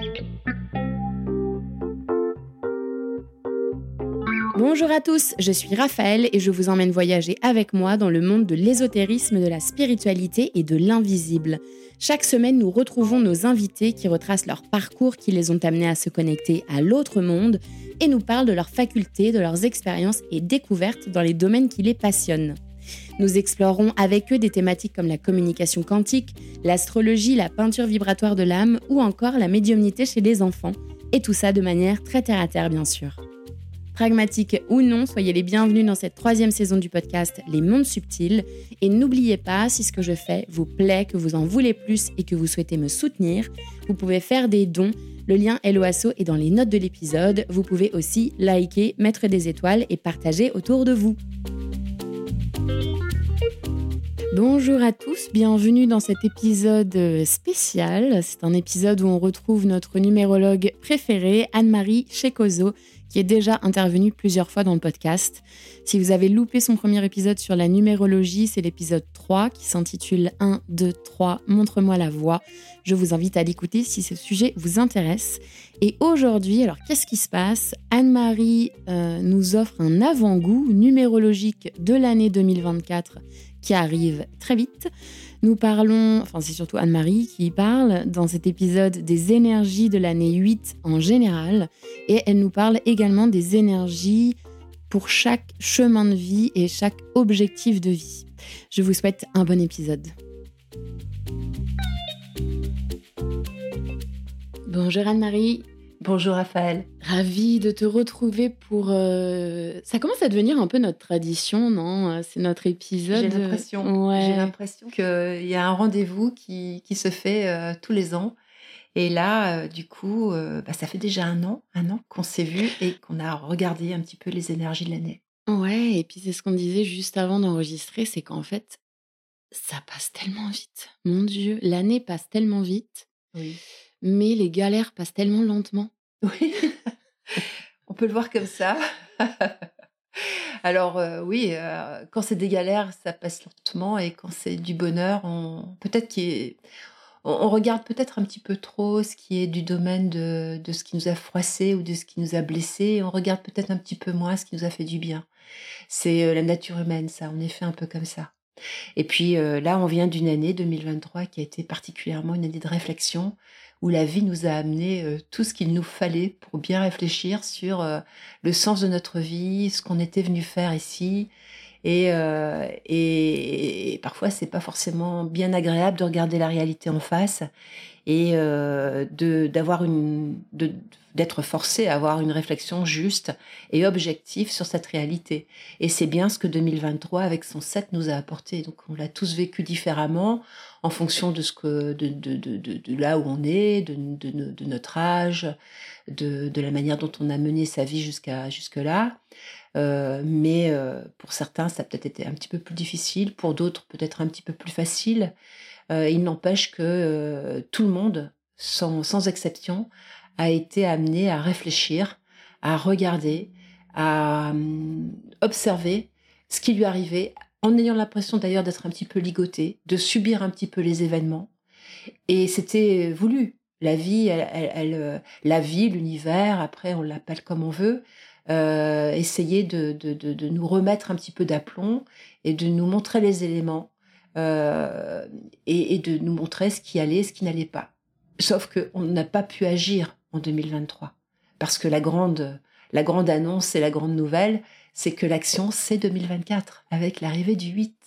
Bonjour à tous, je suis Raphaël et je vous emmène voyager avec moi dans le monde de l'ésotérisme, de la spiritualité et de l'invisible. Chaque semaine, nous retrouvons nos invités qui retracent leur parcours qui les ont amenés à se connecter à l'autre monde et nous parlent de leurs facultés, de leurs expériences et découvertes dans les domaines qui les passionnent. Nous explorerons avec eux des thématiques comme la communication quantique, l'astrologie, la peinture vibratoire de l'âme ou encore la médiumnité chez les enfants. Et tout ça de manière très terre-à-terre bien sûr. Pragmatique ou non, soyez les bienvenus dans cette 3e saison du podcast Les Mondes Subtils. Et n'oubliez pas, si ce que je fais vous plaît, que vous en voulez plus et que vous souhaitez me soutenir, vous pouvez faire des dons. Le lien LOASO est dans les notes de l'épisode. Vous pouvez aussi liker, mettre des étoiles et partager autour de vous. Bonjour à tous, bienvenue dans cet épisode spécial. C'est un épisode où on retrouve notre numérologue préférée, Anne-Marie Checoso, qui est déjà intervenue plusieurs fois dans le podcast. Si vous avez loupé son premier épisode sur la numérologie, c'est l'épisode 3 qui s'intitule 1, 2, 3, montre-moi la voie. Je vous invite à l'écouter si ce sujet vous intéresse. Et aujourd'hui, alors qu'est-ce qui se passe ? Anne-Marie nous offre un avant-goût numérologique de l'année 2024 qui arrive très vite. Nous parlons, c'est surtout Anne-Marie qui parle dans cet épisode des énergies de l'année 8 en général, et elle nous parle également des énergies pour chaque chemin de vie et chaque objectif de vie. Je vous souhaite un bon épisode. Bonjour Anne-Marie. Bonjour Raphaël. Ravie de te retrouver pour... Ça commence à devenir un peu notre tradition, non ? C'est notre épisode. J'ai l'impression qu'il y a un rendez-vous qui se fait tous les ans. Et là, du coup, ça fait déjà un an qu'on s'est vus et qu'on a regardé un petit peu les énergies de l'année. Ouais, et puis c'est ce qu'on disait juste avant d'enregistrer, c'est qu'en fait, ça passe tellement vite. Mon Dieu, l'année passe tellement vite, Oui. Mais les galères passent tellement lentement. Oui, on peut le voir comme ça. Alors oui, quand c'est des galères, ça passe lentement, et quand c'est du bonheur, on regarde peut-être un petit peu trop ce qui est du domaine de ce qui nous a froissé ou de ce qui nous a blessé, et on regarde peut-être un petit peu moins ce qui nous a fait du bien. C'est la nature humaine, ça, on est fait un peu comme ça. Et puis là, on vient d'une année 2023 qui a été particulièrement une année de réflexion, où la vie nous a amené tout ce qu'il nous fallait pour bien réfléchir sur le sens de notre vie, ce qu'on était venu faire ici. Et parfois, c'est pas forcément bien agréable de regarder la réalité en face et d'être forcé à avoir une réflexion juste et objective sur cette réalité. Et c'est bien ce que 2023, avec son 7, nous a apporté. Donc, on l'a tous vécu différemment en fonction de là où on est, de notre âge, de la manière dont on a mené sa vie jusque-là. Mais pour certains, ça a peut-être été un petit peu plus difficile, pour d'autres, peut-être un petit peu plus facile. Il n'empêche que tout le monde, sans exception, a été amené à réfléchir, à regarder, à observer ce qui lui arrivait, en ayant l'impression d'ailleurs d'être un petit peu ligoté, de subir un petit peu les événements. Et c'était voulu. La vie, l'univers, après on l'appelle comme on veut, essayer de nous remettre un petit peu d'aplomb et de nous montrer les éléments, et de nous montrer ce qui allait, ce qui n'allait pas. Sauf qu'on n'a pas pu agir en 2023, parce que la grande annonce et la grande nouvelle, c'est que l'action, c'est 2024, avec l'arrivée du 8.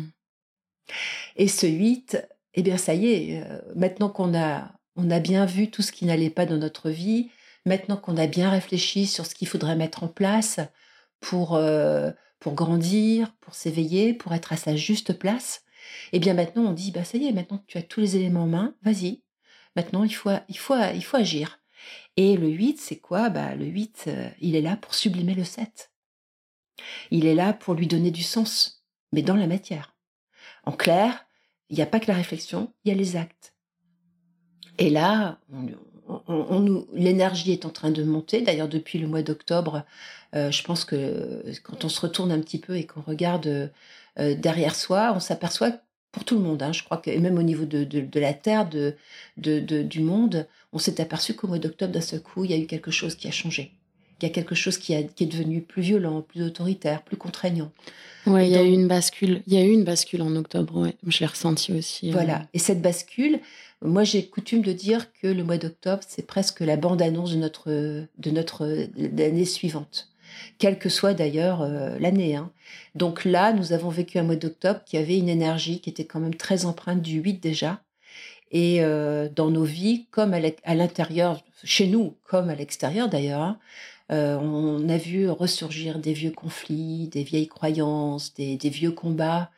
Et ce 8, eh bien ça y est, maintenant qu'on a bien vu tout ce qui n'allait pas dans notre vie, maintenant qu'on a bien réfléchi sur ce qu'il faudrait mettre en place pour grandir, pour s'éveiller, pour être à sa juste place, eh bien maintenant on dit, ça y est, maintenant que tu as tous les éléments en main, vas-y, maintenant il faut agir. Et le 8, c'est quoi ? Le 8, il est là pour sublimer le 7. Il est là pour lui donner du sens, mais dans la matière. En clair, il n'y a pas que la réflexion, il y a les actes. Et là, l'énergie est en train de monter. D'ailleurs, depuis le mois d'octobre, je pense que quand on se retourne un petit peu et qu'on regarde derrière soi, on s'aperçoit pour tout le monde, hein, je crois que, et même au niveau de la Terre, du monde, on s'est aperçu qu'au mois d'octobre, d'un seul coup, il y a eu quelque chose qui a changé. Il y a quelque chose qui est devenu plus violent, plus autoritaire, plus contraignant. Ouais, Et il y a eu donc, une bascule. Il y a eu une bascule en octobre, ouais. Je l'ai ressenti aussi. voilà. Et cette bascule, moi, j'ai coutume de dire que le mois d'octobre, c'est presque la bande-annonce de l'année suivante, quelle que soit d'ailleurs l'année, hein. Donc là, nous avons vécu un mois d'octobre qui avait une énergie qui était quand même très empreinte du 8 déjà. Et dans nos vies, comme à l'intérieur, chez nous, comme à l'extérieur d'ailleurs, hein, on a vu ressurgir des vieux conflits, des vieilles croyances, des vieux combats.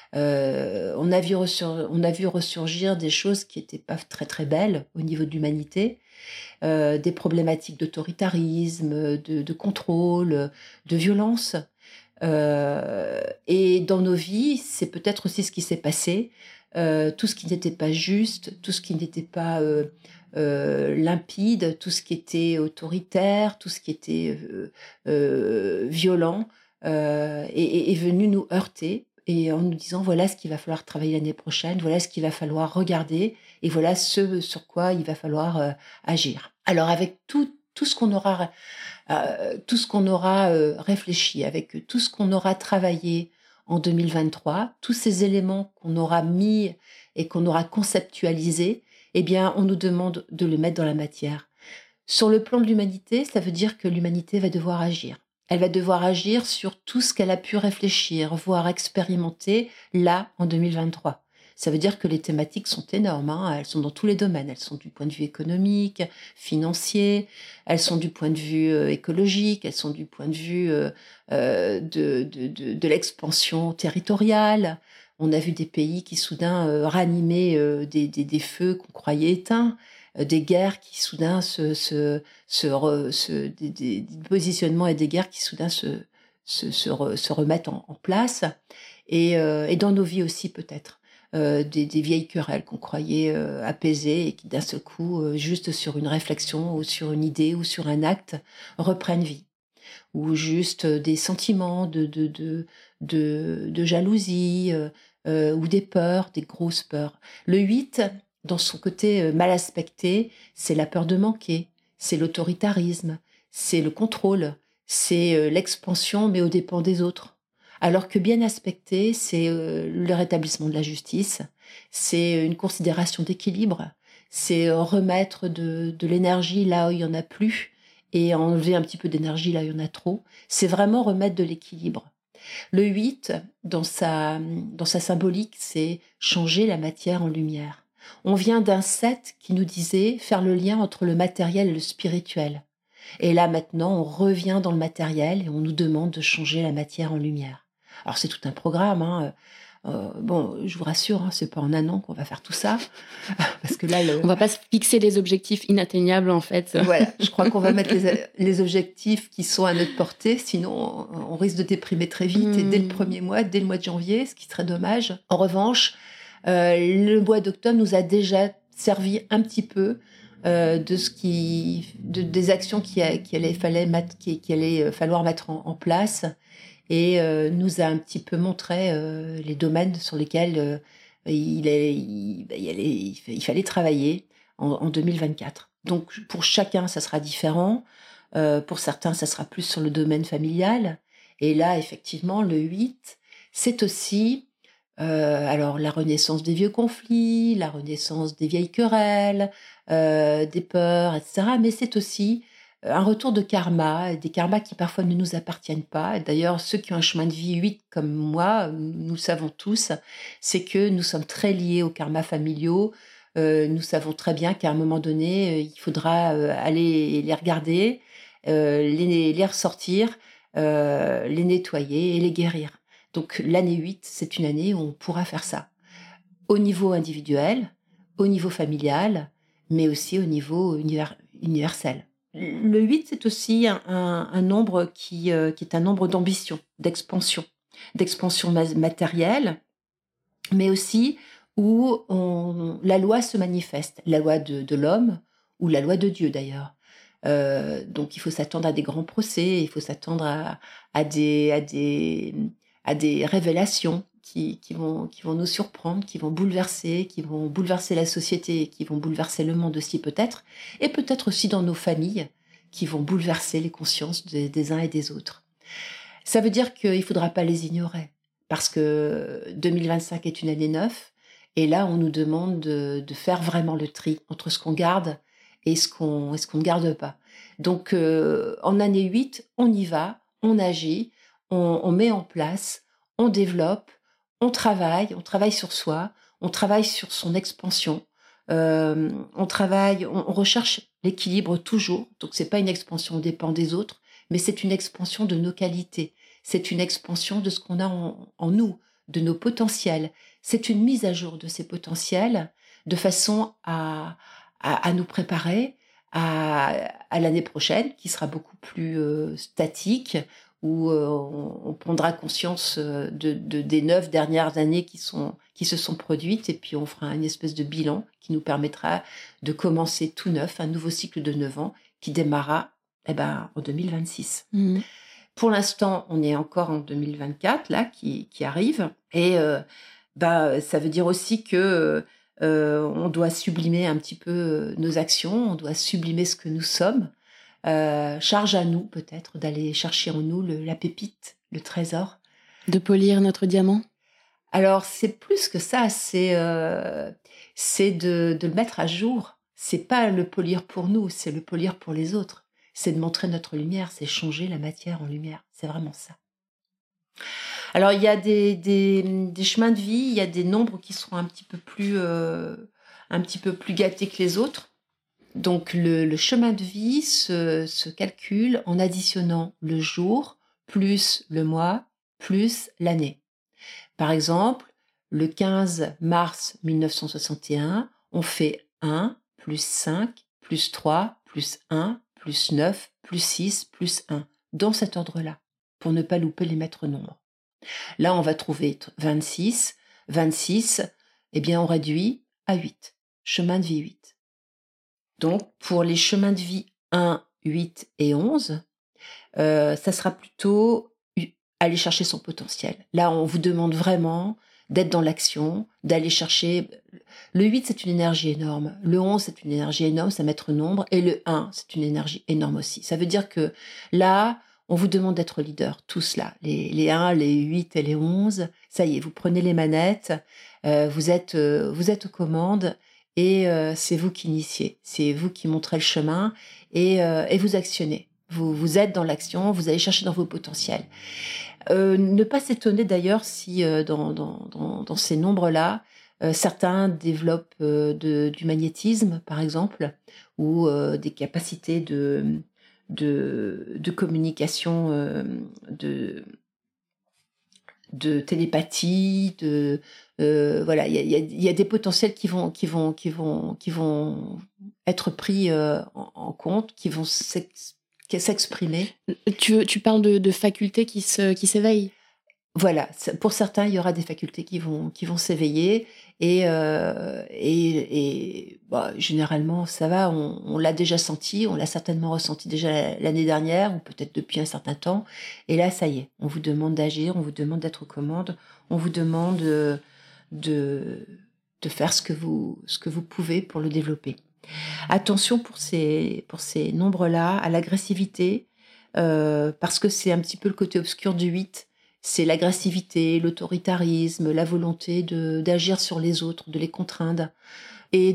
On a vu ressurgir des choses qui n'étaient pas très très belles au niveau de l'humanité, des problématiques d'autoritarisme, de contrôle, de violence. Et dans nos vies, c'est peut-être aussi ce qui s'est passé. Tout ce qui n'était pas juste, tout ce qui n'était pas limpide, tout ce qui était autoritaire, tout ce qui était violent, est venu nous heurter, et en nous disant voilà ce qu'il va falloir travailler l'année prochaine, voilà ce qu'il va falloir regarder, et voilà ce sur quoi il va falloir agir. Alors avec tout ce qu'on aura réfléchi, avec tout ce qu'on aura travaillé en 2023, tous ces éléments qu'on aura mis et qu'on aura conceptualisés, eh bien, on nous demande de le mettre dans la matière. Sur le plan de l'humanité, ça veut dire que l'humanité va devoir agir. Elle va devoir agir sur tout ce qu'elle a pu réfléchir, voire expérimenter là, en 2023. Ça veut dire que les thématiques sont énormes, hein. Elles sont dans tous les domaines. Elles sont du point de vue économique, financier, elles sont du point de vue écologique, elles sont du point de vue de l'expansion territoriale. On a vu des pays qui soudain ranimaient des feux qu'on croyait éteints, des guerres qui soudain des positionnements et des guerres qui soudain se remettent en place. Et dans nos vies aussi peut-être. Des vieilles querelles qu'on croyait apaisées et qui d'un seul coup, juste sur une réflexion ou sur une idée ou sur un acte, reprennent vie. Ou juste des sentiments de jalousie ou des peurs, des grosses peurs. Le 8, dans son côté mal aspecté, c'est la peur de manquer, c'est l'autoritarisme, c'est le contrôle, c'est l'expansion mais aux dépens des autres. Alors que bien aspecté, c'est le rétablissement de la justice, c'est une considération d'équilibre, c'est remettre de l'énergie là où il n'y en a plus et enlever un petit peu d'énergie là où il y en a trop. C'est vraiment remettre de l'équilibre. Le 8, dans sa symbolique, c'est changer la matière en lumière. On vient d'un 7 qui nous disait faire le lien entre le matériel et le spirituel. Et là, maintenant, on revient dans le matériel et on nous demande de changer la matière en lumière. Alors, c'est tout un programme, hein. Bon, je vous rassure, hein, c'est pas en un an qu'on va faire tout ça, parce que là, on va pas se fixer des objectifs inatteignables en fait. Voilà, je crois qu'on va mettre les objectifs qui sont à notre portée, sinon on risque de déprimer très vite et dès le premier mois, dès le mois de janvier, ce qui serait dommage. En revanche, le mois d'octobre nous a déjà servi un petit peu des actions qu'il allait falloir mettre en place, et nous a un petit peu montré les domaines sur lesquels il fallait travailler en 2024. Donc pour chacun, ça sera différent. Pour certains, ça sera plus sur le domaine familial. Et là, effectivement, le 8, c'est aussi alors la renaissance des vieux conflits, la renaissance des vieilles querelles, des peurs, etc. Mais c'est aussi un retour de karma, des karmas qui parfois ne nous appartiennent pas. D'ailleurs, ceux qui ont un chemin de vie 8 comme moi, nous le savons tous, c'est que nous sommes très liés aux karmas familiaux. Nous savons très bien qu'à un moment donné, il faudra aller les regarder, les ressortir, les nettoyer et les guérir. Donc l'année 8, c'est une année où on pourra faire ça. Au niveau individuel, au niveau familial, mais aussi au niveau universel. Le 8, c'est aussi un nombre qui est un nombre d'ambition, d'expansion matérielle, mais aussi où la loi se manifeste, la loi de l'homme ou la loi de Dieu d'ailleurs. Donc il faut s'attendre à des grands procès, il faut s'attendre à des révélations, qui vont nous surprendre, qui vont bouleverser la société, qui vont bouleverser le monde aussi peut-être, et peut-être aussi dans nos familles, qui vont bouleverser les consciences des uns et des autres. Ça veut dire qu'il ne faudra pas les ignorer, parce que 2025 est une année neuve, et là on nous demande de faire vraiment le tri entre ce qu'on garde et ce qu'on ne garde pas. Donc en année 8, on y va, on agit, on met en place, on développe, on travaille sur soi, on travaille sur son expansion, on recherche l'équilibre toujours. Donc c'est pas une expansion, on dépend des autres, mais c'est une expansion de nos qualités, c'est une expansion de ce qu'on a en nous, de nos potentiels. C'est une mise à jour de ces potentiels de façon à nous préparer à l'année prochaine, qui sera beaucoup plus statique, où on prendra conscience des 9 dernières années qui se sont produites, et puis on fera une espèce de bilan qui nous permettra de commencer tout neuf, un nouveau cycle de 9 ans qui démarrera en 2026. Mmh. Pour l'instant, on est encore en 2024, là, qui arrive, et ça veut dire aussi que on doit sublimer un petit peu nos actions, on doit sublimer ce que nous sommes. Charge à nous peut-être d'aller chercher en nous la pépite, le trésor. De polir notre diamant ? Alors c'est plus que ça, c'est de le mettre à jour. C'est pas le polir pour nous, c'est le polir pour les autres. C'est de montrer notre lumière, c'est changer la matière en lumière. C'est vraiment ça. Alors il y a des chemins de vie, il y a des nombres qui seront un petit peu plus gâtés que les autres. Donc le chemin de vie se calcule en additionnant le jour plus le mois plus l'année. Par exemple, le 15 mars 1961, on fait 1 plus 5 plus 3 plus 1 plus 9 plus 6 plus 1, dans cet ordre-là, pour ne pas louper les maîtres nombres. Là, on va trouver 26, on réduit à 8, chemin de vie 8. Donc, pour les chemins de vie 1, 8 et 11, ça sera plutôt aller chercher son potentiel. Là, on vous demande vraiment d'être dans l'action, d'aller chercher... Le 8, c'est une énergie énorme. Le 11, c'est une énergie énorme, c'est maître nombre. Et le 1, c'est une énergie énorme aussi. Ça veut dire que là, on vous demande d'être leader, tous là. Les 1, les 8 et les 11. Ça y est, vous prenez les manettes, vous êtes aux commandes. Et c'est vous qui initiez, c'est vous qui montrez le chemin et vous actionnez. Vous êtes dans l'action, vous allez chercher dans vos potentiels. Ne pas s'étonner d'ailleurs si dans ces nombres-là, certains développent du magnétisme, par exemple, ou des capacités de communication, de télépathie, voilà, il y a des potentiels qui vont être pris en compte, qui vont s'exprimer. Tu parles de facultés qui s'éveillent. Voilà, pour certains, il y aura des facultés qui vont s'éveiller et généralement, ça va, on l'a déjà senti, on l'a certainement ressenti déjà l'année dernière ou peut-être depuis un certain temps. Et là, ça y est, on vous demande d'agir, on vous demande d'être aux commandes, on vous demande de faire ce que vous pouvez pour le développer. Attention pour ces nombres-là à l'agressivité, parce que c'est un petit peu le côté obscur du 8. C'est l'agressivité, l'autoritarisme, la volonté d'agir sur les autres, de les contraindre et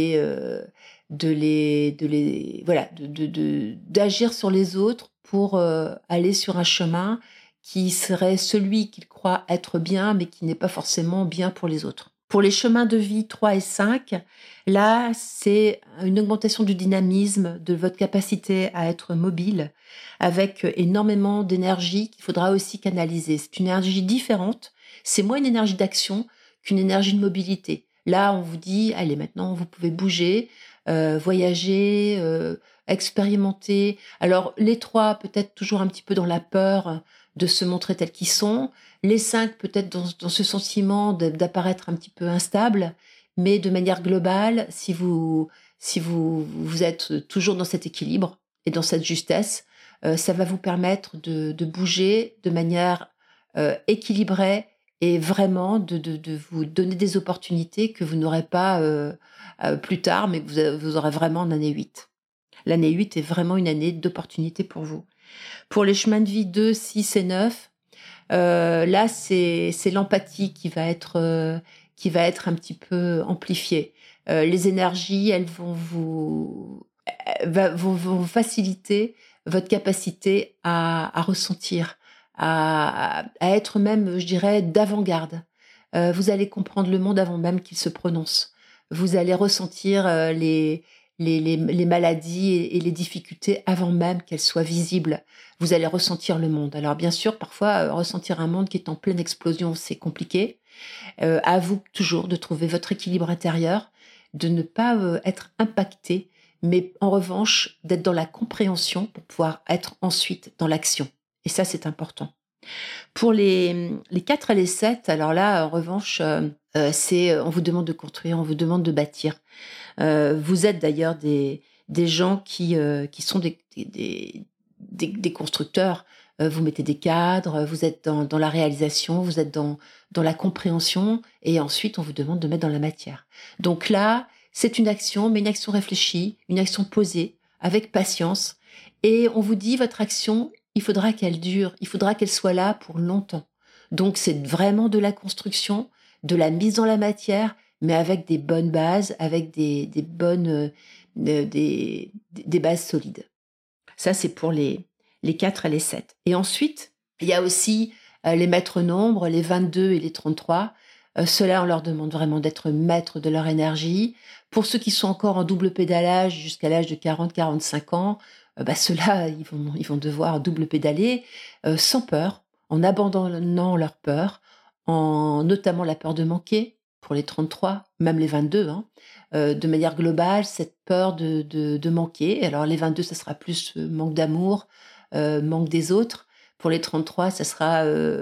d'agir sur les autres pour aller sur un chemin qui serait celui qu'ils croient être bien, mais qui n'est pas forcément bien pour les autres. Pour les chemins de vie 3 et 5, là, c'est une augmentation du dynamisme, de votre capacité à être mobile, avec énormément d'énergie qu'il faudra aussi canaliser. C'est une énergie différente, c'est moins une énergie d'action qu'une énergie de mobilité. Là, on vous dit, allez, maintenant, vous pouvez bouger, voyager, expérimenter. Alors, les 3, peut-être toujours un petit peu dans la peur de se montrer tels qu'ils sont. Les 5, peut-être dans ce sentiment d'apparaître un petit peu instable, mais de manière globale, si vous êtes toujours dans cet équilibre et dans cette justesse, ça va vous permettre de bouger de manière équilibrée et vraiment de vous donner des opportunités que vous n'aurez pas plus tard, mais que vous aurez vraiment en année 8. L'année 8 est vraiment une année d'opportunités pour vous. Pour les chemins de vie 2, 6 et 9, là, c'est l'empathie qui va être un petit peu amplifiée. Les énergies, elles vont faciliter votre capacité à ressentir, à être même, je dirais, d'avant-garde. Vous allez comprendre le monde avant même qu'il se prononce. Vous allez ressentir les maladies et les difficultés avant même qu'elles soient visibles. Vous allez ressentir le monde. Alors bien sûr, parfois, ressentir un monde qui est en pleine explosion, c'est compliqué. À vous toujours de trouver votre équilibre intérieur, de ne pas être impacté, mais en revanche, d'être dans la compréhension pour pouvoir être ensuite dans l'action. Et ça, c'est important. Pour les 4 et les 7, alors là, en revanche, on vous demande de construire, on vous demande de bâtir. Vous êtes d'ailleurs des gens qui sont des constructeurs. Vous mettez des cadres, vous êtes dans la réalisation, vous êtes dans la compréhension, et ensuite on vous demande de mettre dans la matière. Donc là, c'est une action, mais une action réfléchie, une action posée, avec patience, et on vous dit, votre action, il faudra qu'elle dure, il faudra qu'elle soit là pour longtemps. Donc c'est vraiment de la construction, de la mise dans la matière, mais avec des bonnes bases, avec des bases solides. Ça, c'est pour les 4 et les 7. Et ensuite, il y a aussi les maîtres nombres, les 22 et les 33. Ceux-là, on leur demande vraiment d'être maîtres de leur énergie. Pour ceux qui sont encore en double pédalage jusqu'à l'âge de 40-45 ans, ceux-là, ils vont devoir double pédaler sans peur, en abandonnant leur peur, notamment la peur de manquer, pour les 33, même les 22, de manière globale, cette peur de manquer. Alors les 22, ça sera plus manque d'amour, manque des autres. Pour les 33, ça sera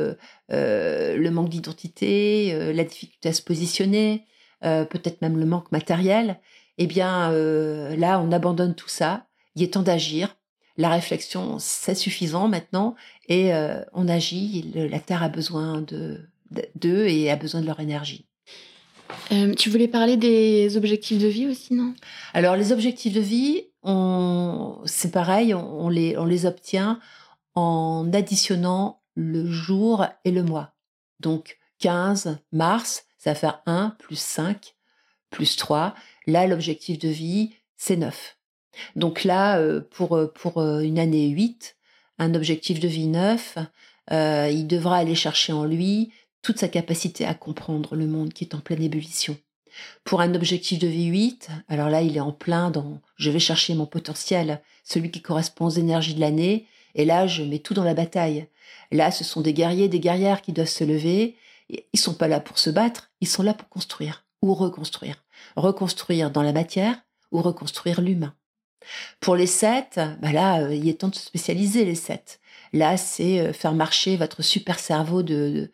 le manque d'identité, la difficulté à se positionner, peut-être même le manque matériel. Eh bien, là, on abandonne tout ça. Il est temps d'agir. La réflexion, c'est suffisant maintenant, et on agit. La Terre a besoin d'eux et a besoin de leur énergie. Tu voulais parler des objectifs de vie aussi, non ? Alors, les objectifs de vie, c'est pareil, on les obtient en additionnant le jour et le mois. Donc, 15 mars, ça va faire 1 plus 5 plus 3. Là, l'objectif de vie, c'est 9. Donc là, pour une année 8, un objectif de vie 9, il devra aller chercher en lui toute sa capacité à comprendre le monde qui est en pleine ébullition. Pour un objectif de vie 8, alors là, il est en plein dans « je vais chercher mon potentiel », celui qui correspond aux énergies de l'année, et là, je mets tout dans la bataille. Là, ce sont des guerriers, des guerrières qui doivent se lever. Ils ne sont pas là pour se battre, ils sont là pour construire ou reconstruire. Reconstruire dans la matière ou reconstruire l'humain. Pour les 7, là, il est temps de se spécialiser, les 7. Là, c'est faire marcher votre super cerveau et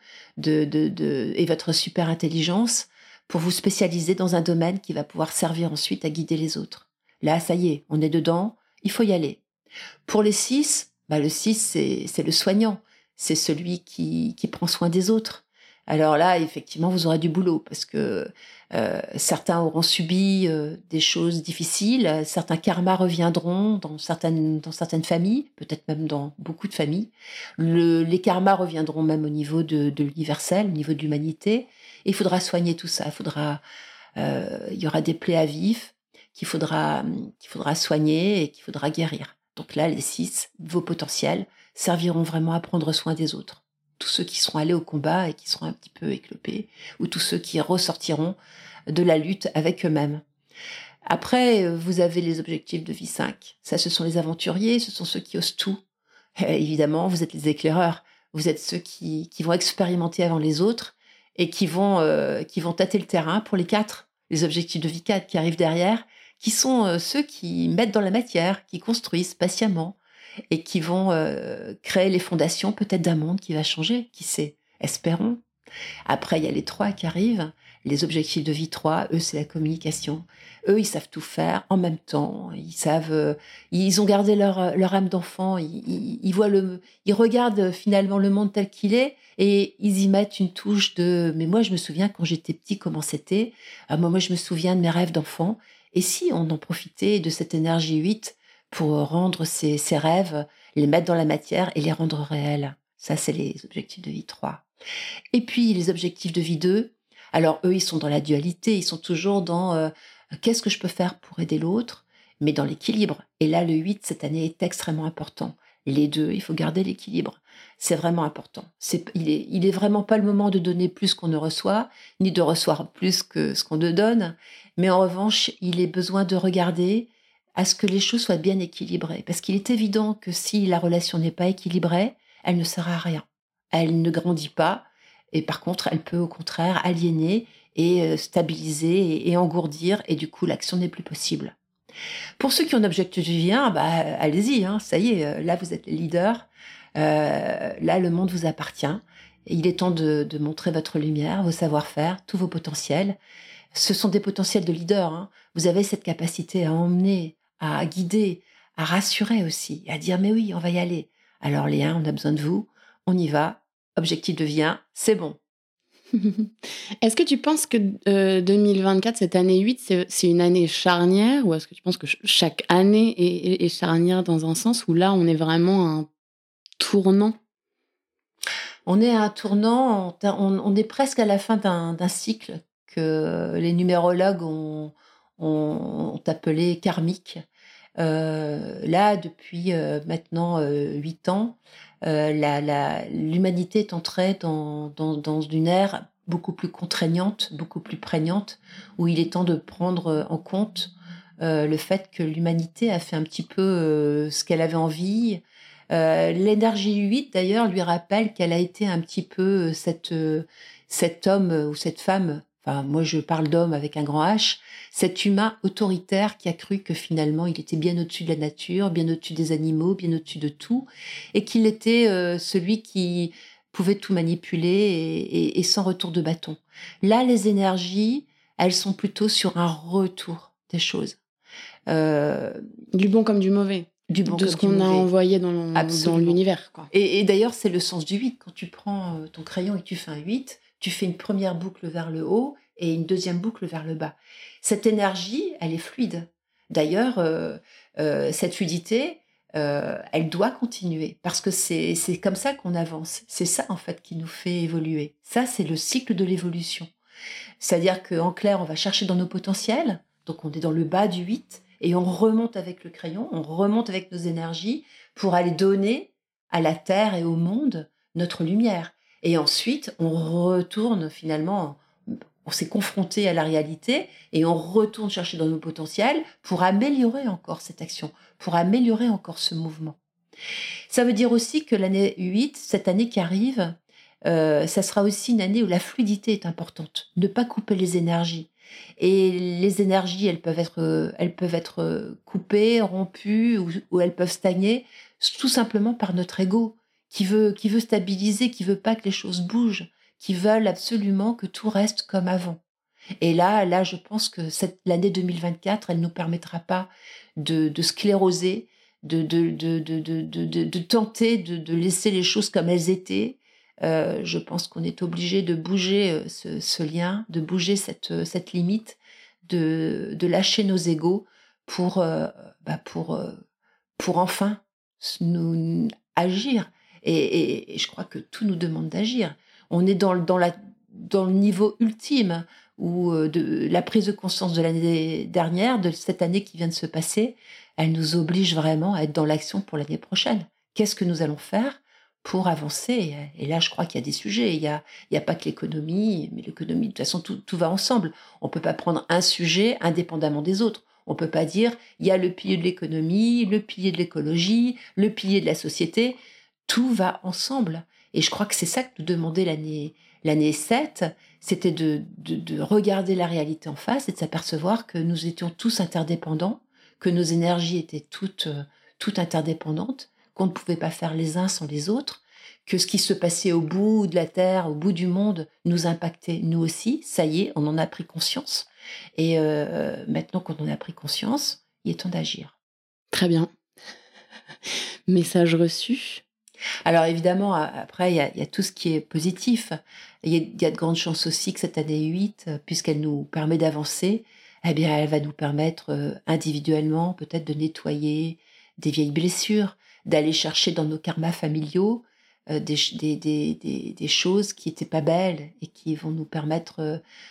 votre super intelligence pour vous spécialiser dans un domaine qui va pouvoir servir ensuite à guider les autres. Là, ça y est, on est dedans, il faut y aller. Pour les 6, le 6, c'est le soignant. C'est celui qui prend soin des autres. Alors là, effectivement, vous aurez du boulot parce que certains auront subi des choses difficiles, certains karmas reviendront dans certaines familles, peut-être même dans beaucoup de familles. Les karmas reviendront même au niveau de l'universel, au niveau de l'humanité. Et il faudra soigner tout ça. Il y aura des plaies à vif qu'il faudra soigner et qu'il faudra guérir. Donc là, les 6, vos potentiels, serviront vraiment à prendre soin des autres. Tous ceux qui seront allés au combat et qui seront un petit peu éclopés, ou tous ceux qui ressortiront de la lutte avec eux-mêmes. Après, vous avez les objectifs de vie 5. Ça, ce sont les aventuriers, ce sont ceux qui osent tout. Évidemment, vous êtes les éclaireurs. Vous êtes ceux qui vont expérimenter avant les autres et qui vont tâter le terrain pour les 4. Les objectifs de vie 4 qui arrivent derrière, qui sont ceux qui mettent dans la matière, qui construisent patiemment et qui vont créer les fondations peut-être d'un monde qui va changer, qui sait, espérons. Après, il y a les 3 qui arrivent. Les objectifs de vie 3, eux, c'est la communication. Eux, ils savent tout faire en même temps. Ils ont gardé leur âme d'enfant. Ils voient ils regardent finalement le monde tel qu'il est et ils y mettent une touche de. Mais moi, je me souviens quand j'étais petit, comment c'était. Moi, je me souviens de mes rêves d'enfant. Et si on en profitait de cette énergie 8 pour rendre ces rêves, les mettre dans la matière et les rendre réels. Ça, c'est les objectifs de vie 3. Et puis, les objectifs de vie 2, alors eux, ils sont dans la dualité, ils sont toujours dans qu'est-ce que je peux faire pour aider l'autre, mais dans l'équilibre. Et là, le 8, cette année, est extrêmement important. Les deux, il faut garder l'équilibre. C'est vraiment important. Il est vraiment pas le moment de donner plus qu'on ne reçoit, ni de recevoir plus que ce qu'on ne donne. Mais en revanche, il est besoin de regarder à ce que les choses soient bien équilibrées. Parce qu'il est évident que si la relation n'est pas équilibrée, elle ne sert à rien. Elle ne grandit pas. Et par contre, elle peut au contraire aliéner et stabiliser et engourdir. Et du coup, l'action n'est plus possible. Pour ceux qui ont un objectif de vie 1, allez-y, ça y est, là vous êtes les leaders, là le monde vous appartient. Il est temps de montrer votre lumière, vos savoir-faire, tous vos potentiels. Ce sont des potentiels de leaders. Vous avez cette capacité à emmener, à guider, à rassurer aussi, à dire mais oui, on va y aller. Alors les 1, on a besoin de vous, on y va, objectif de vie 1, c'est bon. Est-ce que tu penses que 2024, cette année 8, c'est une année charnière ou est-ce que tu penses que chaque année est charnière dans un sens où là, on est vraiment à un tournant? On est à un tournant, on est presque à la fin d'un cycle que les numérologues ont appelé karmique. Là, depuis maintenant 8 ans, l'humanité est entrée dans une ère beaucoup plus contraignante, beaucoup plus prégnante, où il est temps de prendre en compte le fait que l'humanité a fait un petit peu ce qu'elle avait envie. L'énergie 8, d'ailleurs, lui rappelle qu'elle a été un petit peu cet homme ou cette femme, enfin moi je parle d'homme avec un grand H, cet humain autoritaire qui a cru que finalement il était bien au-dessus de la nature, bien au-dessus des animaux, bien au-dessus de tout, et qu'il était celui qui pouvait tout manipuler et sans retour de bâton. Là, les énergies, elles sont plutôt sur un retour des choses. Du bon comme du mauvais. Du bon de comme ce qu'on a envoyé dans l'univers. Quoi. Et d'ailleurs, c'est le sens du 8. Quand tu prends ton crayon et que tu fais un 8, tu fais une première boucle vers le haut et une deuxième boucle vers le bas. Cette énergie, elle est fluide. D'ailleurs, cette fluidité, elle doit continuer parce que c'est comme ça qu'on avance. C'est ça, en fait, qui nous fait évoluer. Ça, c'est le cycle de l'évolution. C'est-à-dire qu'en clair, on va chercher dans nos potentiels. Donc, on est dans le bas du 8 et on remonte avec le crayon, on remonte avec nos énergies pour aller donner à la Terre et au monde notre lumière. Et ensuite, on retourne finalement, on s'est confronté à la réalité et on retourne chercher dans nos potentiels pour améliorer encore cette action, pour améliorer encore ce mouvement. Ça veut dire aussi que l'année 8, cette année qui arrive, ça sera aussi une année où la fluidité est importante. Ne pas couper les énergies. Et les énergies, elles peuvent être coupées, rompues, ou elles peuvent stagner, tout simplement par notre ego, qui veut stabiliser, qui veut pas que les choses bougent, qui veulent absolument que tout reste comme avant. Et là, je pense que l'année 2024, elle nous permettra pas de scléroser, de tenter de laisser les choses comme elles étaient. Je pense qu'on est obligé de bouger ce lien, de bouger cette limite, de lâcher nos égos pour enfin nous agir. Et je crois que tout nous demande d'agir. On est dans le niveau ultime où de la prise de conscience de l'année dernière, de cette année qui vient de se passer, elle nous oblige vraiment à être dans l'action pour l'année prochaine. Qu'est-ce que nous allons faire pour avancer? Et là, je crois qu'il y a des sujets. Il y a pas que l'économie, mais l'économie, de toute façon, tout va ensemble. On peut pas prendre un sujet indépendamment des autres. On peut pas dire, il y a le pilier de l'économie, le pilier de l'écologie, le pilier de la société. Tout va ensemble. Et je crois que c'est ça que nous demandait l'année 7, c'était de regarder la réalité en face et de s'apercevoir que nous étions tous interdépendants, que nos énergies étaient toutes interdépendantes, qu'on ne pouvait pas faire les uns sans les autres, que ce qui se passait au bout de la Terre, au bout du monde, nous impactait nous aussi. Ça y est, on en a pris conscience. Et maintenant qu'on en a pris conscience, il est temps d'agir. Très bien. Message reçu. Alors évidemment, après, il y a tout ce qui est positif. Il y a de grandes chances aussi que cette année 8, puisqu'elle nous permet d'avancer, eh bien, elle va nous permettre individuellement peut-être de nettoyer des vieilles blessures, d'aller chercher dans nos karmas familiaux des choses qui n'étaient pas belles et qui vont nous permettre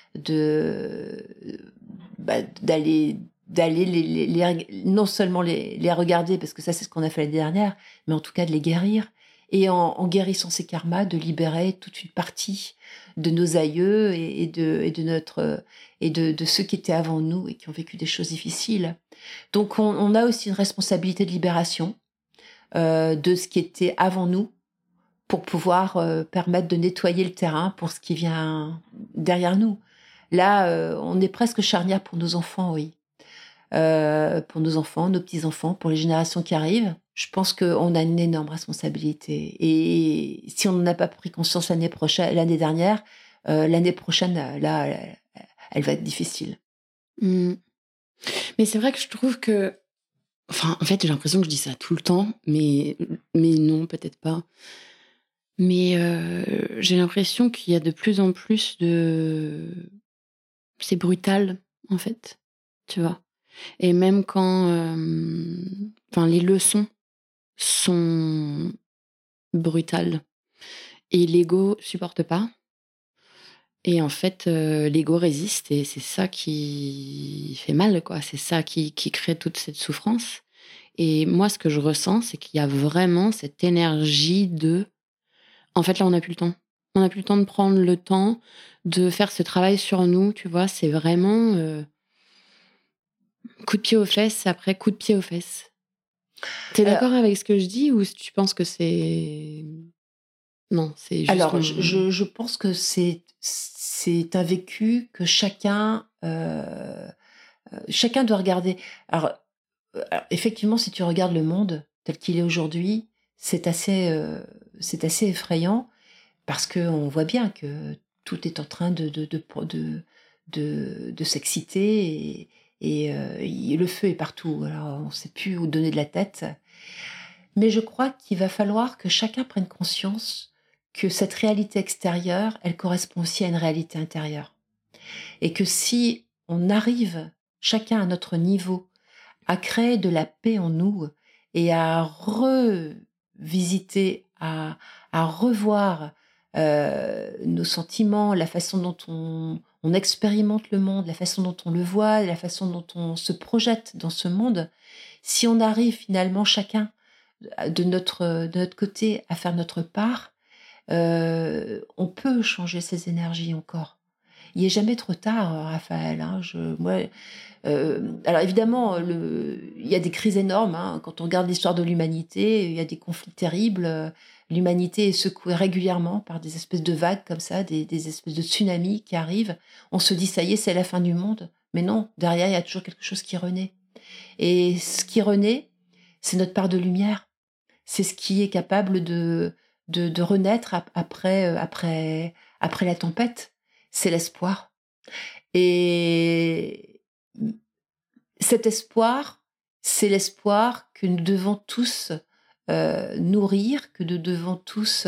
d'aller non seulement les regarder, parce que ça c'est ce qu'on a fait l'année dernière, mais en tout cas de les guérir. Et en guérissant ces karmas, de libérer toute une partie de nos aïeux et de ceux qui étaient avant nous et qui ont vécu des choses difficiles. Donc on a aussi une responsabilité de libération de ce qui était avant nous pour pouvoir permettre de nettoyer le terrain pour ce qui vient derrière nous. Là, on est presque charnière pour nos enfants, oui. Pour nos enfants, nos petits-enfants, pour les générations qui arrivent. Je pense qu'on a une énorme responsabilité. Et si on n'en a pas pris conscience l'année dernière, l'année prochaine, là, elle va être difficile. Mais c'est vrai que je trouve que... Enfin, en fait, j'ai l'impression que je dis ça tout le temps, mais non, peut-être pas. Mais j'ai l'impression qu'il y a de plus en plus de... C'est brutal, en fait, tu vois. Et même quand... les leçons sont brutales. Et l'ego supporte pas. Et en fait, l'ego résiste et c'est ça qui fait mal, quoi. C'est ça qui crée toute cette souffrance. Et moi, ce que je ressens, c'est qu'il y a vraiment cette énergie de... En fait, là, on n'a plus le temps. On n'a plus le temps de prendre le temps de faire ce travail sur nous, tu vois. C'est vraiment coup de pied aux fesses après coup de pied aux fesses. T'es d'accord avec ce que je dis ou tu penses que c'est... Non, c'est juste... Alors, je pense que c'est un vécu que chacun doit regarder. Alors, effectivement, si tu regardes le monde tel qu'il est aujourd'hui, c'est assez effrayant parce qu'on voit bien que tout est en train de s'exciter et le feu est partout. Alors, on ne sait plus où donner de la tête. Mais je crois qu'il va falloir que chacun prenne conscience que cette réalité extérieure, elle correspond aussi à une réalité intérieure. Et que si on arrive, chacun à notre niveau, à créer de la paix en nous et à revisiter, à revoir nos sentiments, la façon dont on expérimente le monde, la façon dont on le voit, la façon dont on se projette dans ce monde, si on arrive finalement chacun de notre côté à faire notre part, on peut changer ses énergies encore. Il n'est jamais trop tard, Raphaël. Hein, alors évidemment, il y a des crises énormes. Hein, quand on regarde l'histoire de l'humanité, il y a des conflits terribles. L'humanité est secouée régulièrement par des espèces de vagues comme ça, des espèces de tsunamis qui arrivent. On se dit, ça y est, c'est la fin du monde. Mais non, derrière, il y a toujours quelque chose qui renaît. Et ce qui renaît, c'est notre part de lumière. C'est ce qui est capable de renaître après la tempête. C'est l'espoir. Et cet espoir, c'est l'espoir que nous devons tous nourrir, que nous devons tous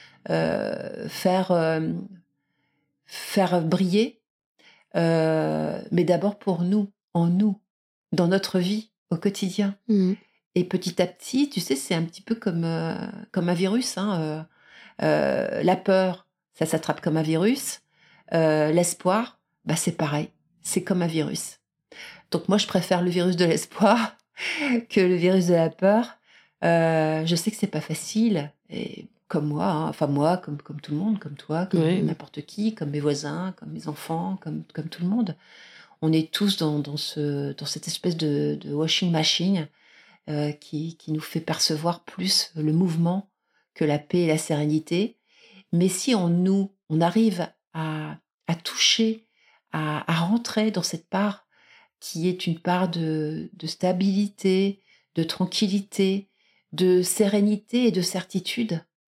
faire briller, mais d'abord pour nous, en nous, dans notre vie, au quotidien. Et petit à petit, tu sais, c'est un petit peu comme un virus. Hein, la peur, ça s'attrape comme un virus. L'espoir, c'est pareil. C'est comme un virus. Donc moi, je préfère le virus de l'espoir que le virus de la peur. Je sais que c'est pas facile. Et comme moi, hein, enfin moi, comme tout le monde, comme toi, comme n'importe qui, comme mes voisins, comme mes enfants, comme tout le monde. On est tous dans cette espèce de washing machine qui nous fait percevoir plus le mouvement que la paix et la sérénité. Mais si on arrive à toucher, à rentrer dans cette part qui est une part de stabilité, de tranquillité, de sérénité et de certitude,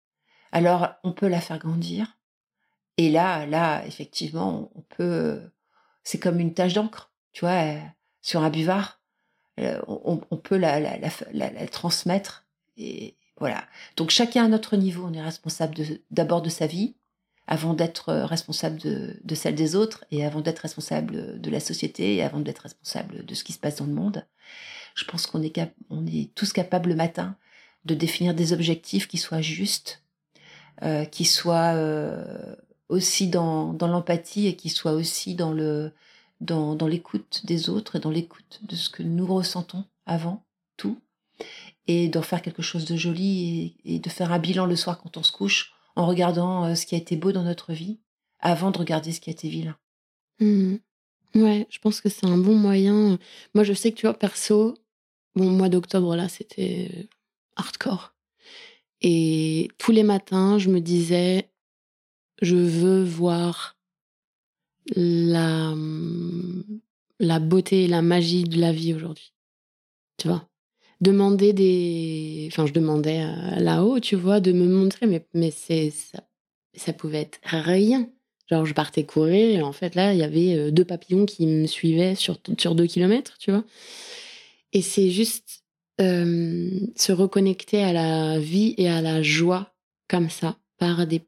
Alors, on peut la faire grandir. Et là, effectivement, on peut... C'est comme une tache d'encre, tu vois, sur un buvard. On peut la transmettre. Et voilà. Donc, chacun à notre niveau, on est responsable d'abord de sa vie, avant d'être responsable de celle des autres, et avant d'être responsable de la société, et avant d'être responsable de ce qui se passe dans le monde. Je pense qu'on est tous capables le matin de définir des objectifs qui soient justes, qui soient aussi dans l'empathie et qui soient aussi dans l'écoute des autres et dans l'écoute de ce que nous ressentons avant tout, et d'en faire quelque chose de joli et de faire un bilan le soir quand on se couche en regardant ce qui a été beau dans notre vie avant de regarder ce qui a été vilain. Ouais, je pense que c'est un bon moyen. Moi, je sais que, tu vois, perso, bon, mois d'octobre, là, c'était hardcore. Et tous les matins, je me disais, je veux voir la beauté et la magie de la vie aujourd'hui. Tu vois, je demandais là-haut, tu vois, de me montrer, mais ça pouvait être rien. Genre, je partais courir et en fait, là, il y avait 2 papillons qui me suivaient sur 2 kilomètres, tu vois. Et c'est juste se reconnecter à la vie et à la joie comme ça, par des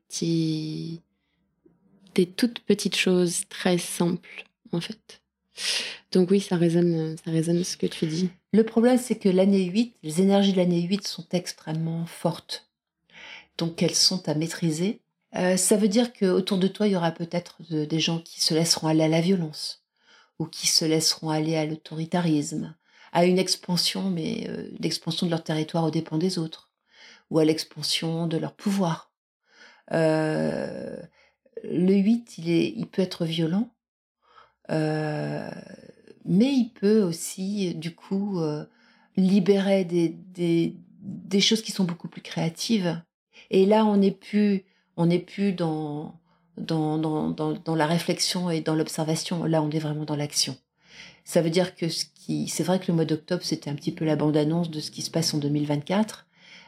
toutes petites choses très simples, en fait. Donc oui, ça résonne ce que tu dis. Le problème, c'est que l'année 8, les énergies de l'année 8 sont extrêmement fortes. Donc, elles sont à maîtriser. Ça veut dire qu'autour de toi, il y aura peut-être des gens qui se laisseront aller à la violence ou qui se laisseront aller à l'autoritarisme, à une expansion, mais l'expansion de leur territoire aux dépens des autres, ou à l'expansion de leur pouvoir. Le 8, il peut être violent, mais il peut aussi, du coup, libérer des choses qui sont beaucoup plus créatives. Et là, on n'est plus dans la réflexion et dans l'observation. Là, on est vraiment dans l'action. Ça veut dire que c'est vrai que le mois d'octobre, c'était un petit peu la bande-annonce de ce qui se passe en 2024.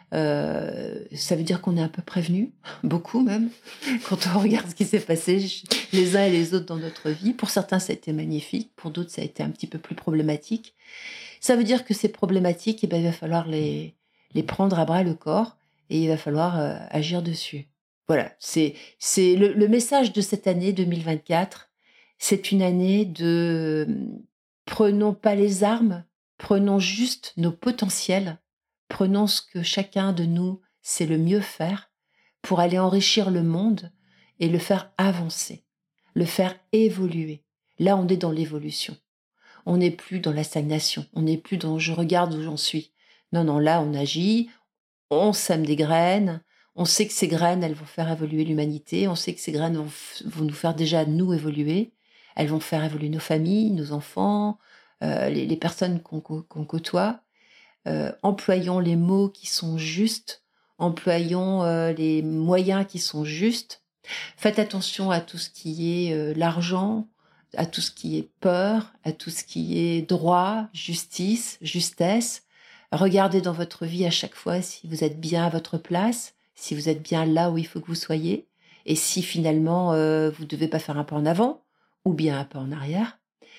Ça veut dire qu'on est un peu prévenu, beaucoup même, quand on regarde ce qui s'est passé les uns et les autres dans notre vie. Pour certains, ça a été magnifique, pour d'autres, ça a été un petit peu plus problématique. Ça veut dire que ces problématiques, il va falloir les prendre à bras le corps et il va falloir agir dessus. Voilà, c'est le message de cette année 2024. C'est une année de prenons pas les armes, prenons juste nos potentiels. Prenons ce que chacun de nous sait le mieux faire pour aller enrichir le monde et le faire avancer, le faire évoluer. Là, on est dans l'évolution. On n'est plus dans la stagnation. On n'est plus dans « je regarde où j'en suis ». Non, là, on agit, on sème des graines. On sait que ces graines, elles vont faire évoluer l'humanité. On sait que ces graines vont nous faire déjà, nous, évoluer. Elles vont faire évoluer nos familles, nos enfants, les personnes qu'on côtoie. Employons les mots qui sont justes, employons les moyens qui sont justes. Faites attention à tout ce qui est l'argent, à tout ce qui est peur, à tout ce qui est droit, justice, justesse. Regardez dans votre vie à chaque fois si vous êtes bien à votre place, si vous êtes bien là où il faut que vous soyez, et si finalement vous ne devez pas faire un pas en avant ou bien un pas en arrière.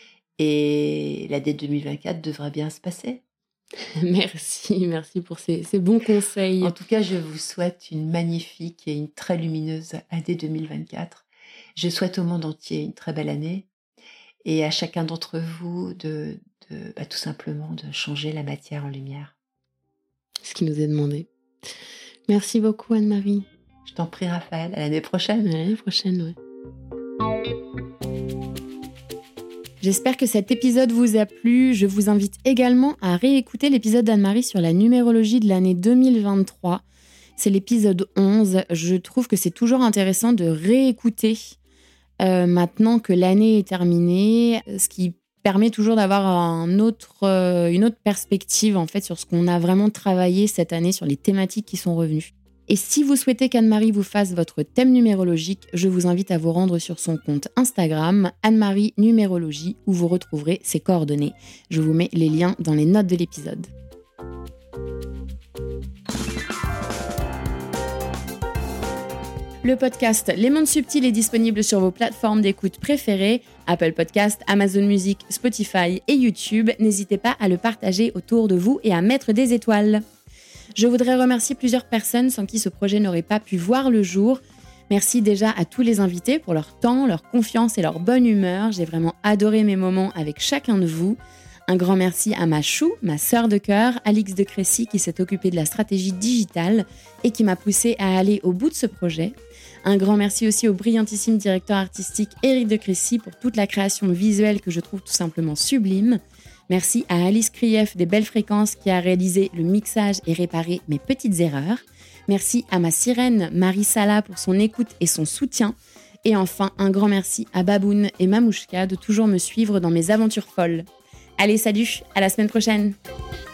Et l'année 2024 devrait bien se passer. Merci pour ces bons conseils. En tout cas, je vous souhaite une magnifique et une très lumineuse année 2024. Je souhaite au monde entier une très belle année et à chacun d'entre vous de tout simplement de changer la matière en lumière. Ce qui nous est demandé. Merci beaucoup Anne-Marie. Je t'en prie Raphaël, à l'année prochaine. À l'année prochaine, ouais. J'espère que cet épisode vous a plu. Je vous invite également à réécouter l'épisode d'Anne-Marie sur la numérologie de l'année 2023. C'est l'épisode 11. Je trouve que c'est toujours intéressant de réécouter maintenant que l'année est terminée, ce qui permet toujours d'avoir une autre perspective en fait sur ce qu'on a vraiment travaillé cette année, sur les thématiques qui sont revenues. Et si vous souhaitez qu'Anne-Marie vous fasse votre thème numérologique, je vous invite à vous rendre sur son compte Instagram, Anne-Marie Numérologie, où vous retrouverez ses coordonnées. Je vous mets les liens dans les notes de l'épisode. Le podcast Les Mondes Subtils est disponible sur vos plateformes d'écoute préférées, Apple Podcast, Amazon Music, Spotify et YouTube. N'hésitez pas à le partager autour de vous et à mettre des étoiles. Je voudrais remercier plusieurs personnes sans qui ce projet n'aurait pas pu voir le jour. Merci déjà à tous les invités pour leur temps, leur confiance et leur bonne humeur. J'ai vraiment adoré mes moments avec chacun de vous. Un grand merci à ma chou, ma sœur de cœur, Alix de Crécy, qui s'est occupée de la stratégie digitale et qui m'a poussée à aller au bout de ce projet. Un grand merci aussi au brillantissime directeur artistique Éric de Crécy pour toute la création visuelle que je trouve tout simplement sublime. Merci à Alice Krief des Belles Fréquences qui a réalisé le mixage et réparé mes petites erreurs. Merci à ma sirène Marie Sala pour son écoute et son soutien. Et enfin, un grand merci à Baboun et Mamouchka de toujours me suivre dans mes aventures folles. Allez, salut, à la semaine prochaine!